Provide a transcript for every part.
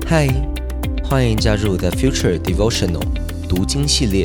嗨，欢迎加入 The Future Devotional 读经系列。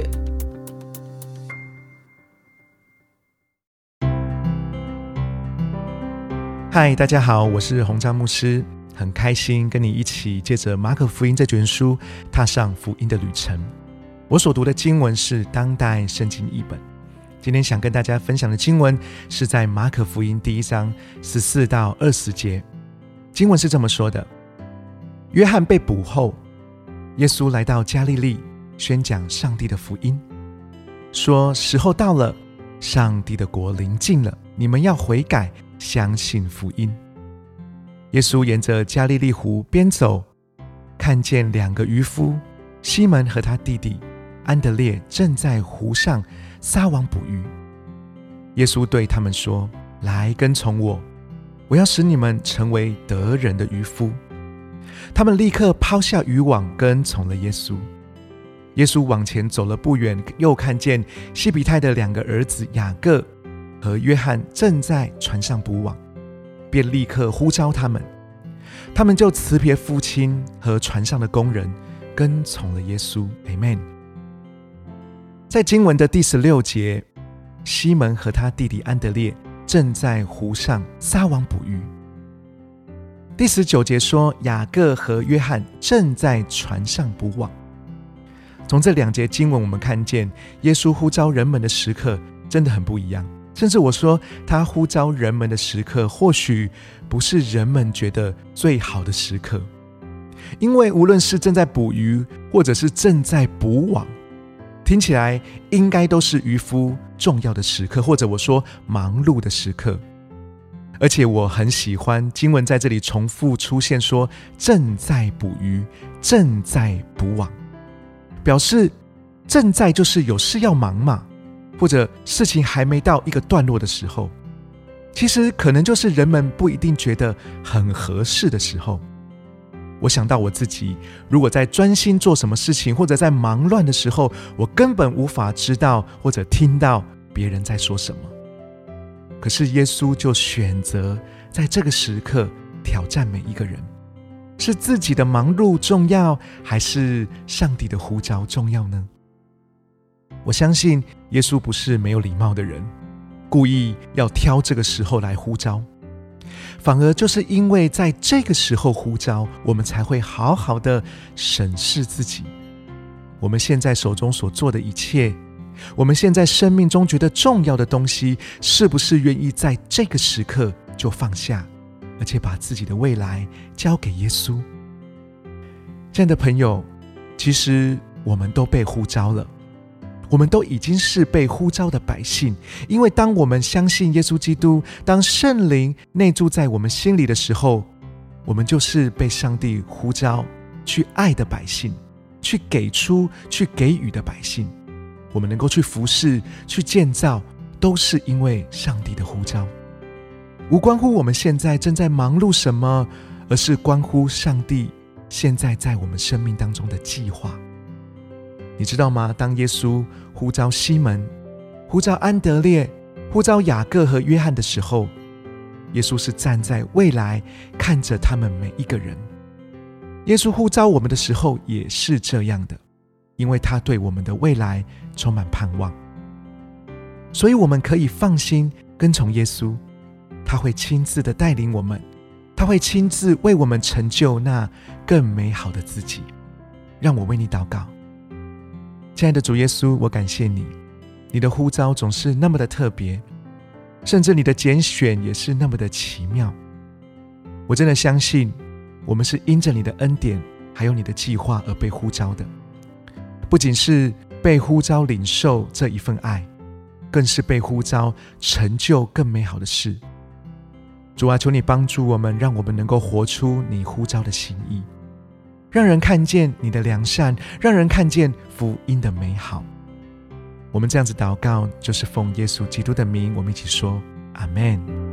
嗨，大家好，我是洪章牧师，很开心跟你一起借着马可福音这卷书踏上福音的旅程。我所读的经文是当代圣经译本。今天想跟大家分享的经文是在马可福音第1章14到20节。经文是这么说的：约翰被捕后，耶稣来到加利利，宣讲上帝的福音，说时候到了，上帝的国临近了，你们要悔改，相信福音。耶稣沿着加利利湖边走，看见2个渔夫，西门和他弟弟安德烈正在湖上撒网捕鱼。耶稣对他们说：来跟从我，我要使你们成为得人的渔夫。他们立刻抛下渔网，跟从了耶稣。耶稣往前走了不远，又看见西比泰的2个儿子雅各和约翰正在船上捕网，便立刻呼召他们。他们就辞别父亲和船上的工人，跟从了耶稣。 Amen。 在经文的第16节，西门和他弟弟安德烈正在湖上撒网捕鱼。第19节说雅各和约翰正在船上捕网。从这2节经文我们看见耶稣呼召人们的时刻真的很不一样，甚至我说他呼召人们的时刻或许不是人们觉得最好的时刻，因为无论是正在捕鱼或者是正在捕网，听起来应该都是渔夫重要的时刻，或者我说忙碌的时刻。而且我很喜欢经文在这里重复出现说正在捕鱼，正在捕网，表示正在就是有事要忙嘛，或者事情还没到一个段落的时候，其实可能就是人们不一定觉得很合适的时候。我想到我自己，如果在专心做什么事情，或者在忙乱的时候，我根本无法知道或者听到别人在说什么。可是耶稣就选择在这个时刻挑战每一个人，是自己的忙碌重要，还是上帝的呼召重要呢？我相信耶稣不是没有礼貌的人，故意要挑这个时候来呼召，反而就是因为在这个时候呼召，我们才会好好的审视自己，我们现在手中所做的一切，我们现在生命中觉得重要的东西，是不是愿意在这个时刻就放下，而且把自己的未来交给耶稣？亲爱的朋友，其实我们都被呼召了，我们都已经是被呼召的百姓，因为当我们相信耶稣基督，当圣灵内住在我们心里的时候，我们就是被上帝呼召去爱的百姓，去给出去给予的百姓。我们能够去服侍，去建造，都是因为上帝的呼召，无关乎我们现在正在忙碌什么，而是关乎上帝现在在我们生命当中的计划。你知道吗？当耶稣呼召西门，呼召安德烈，呼召雅各和约翰的时候，耶稣是站在未来看着他们每一个人。耶稣呼召我们的时候也是这样的，因为他对我们的未来充满盼望，所以我们可以放心跟从耶稣，他会亲自的带领我们，他会亲自为我们成就那更美好的自己。让我为你祷告。亲爱的主耶稣，我感谢你，你的呼召总是那么的特别，甚至你的拣选也是那么的奇妙。我真的相信我们是因着你的恩典还有你的计划而被呼召的，不仅是被呼召领受这一份爱，更是被呼召成就更美好的事。主啊，求你帮助我们，让我们能够活出你呼召的心意，让人看见你的良善，让人看见福音的美好。我们这样子祷告，就是奉耶稣基督的名，我们一起说阿们。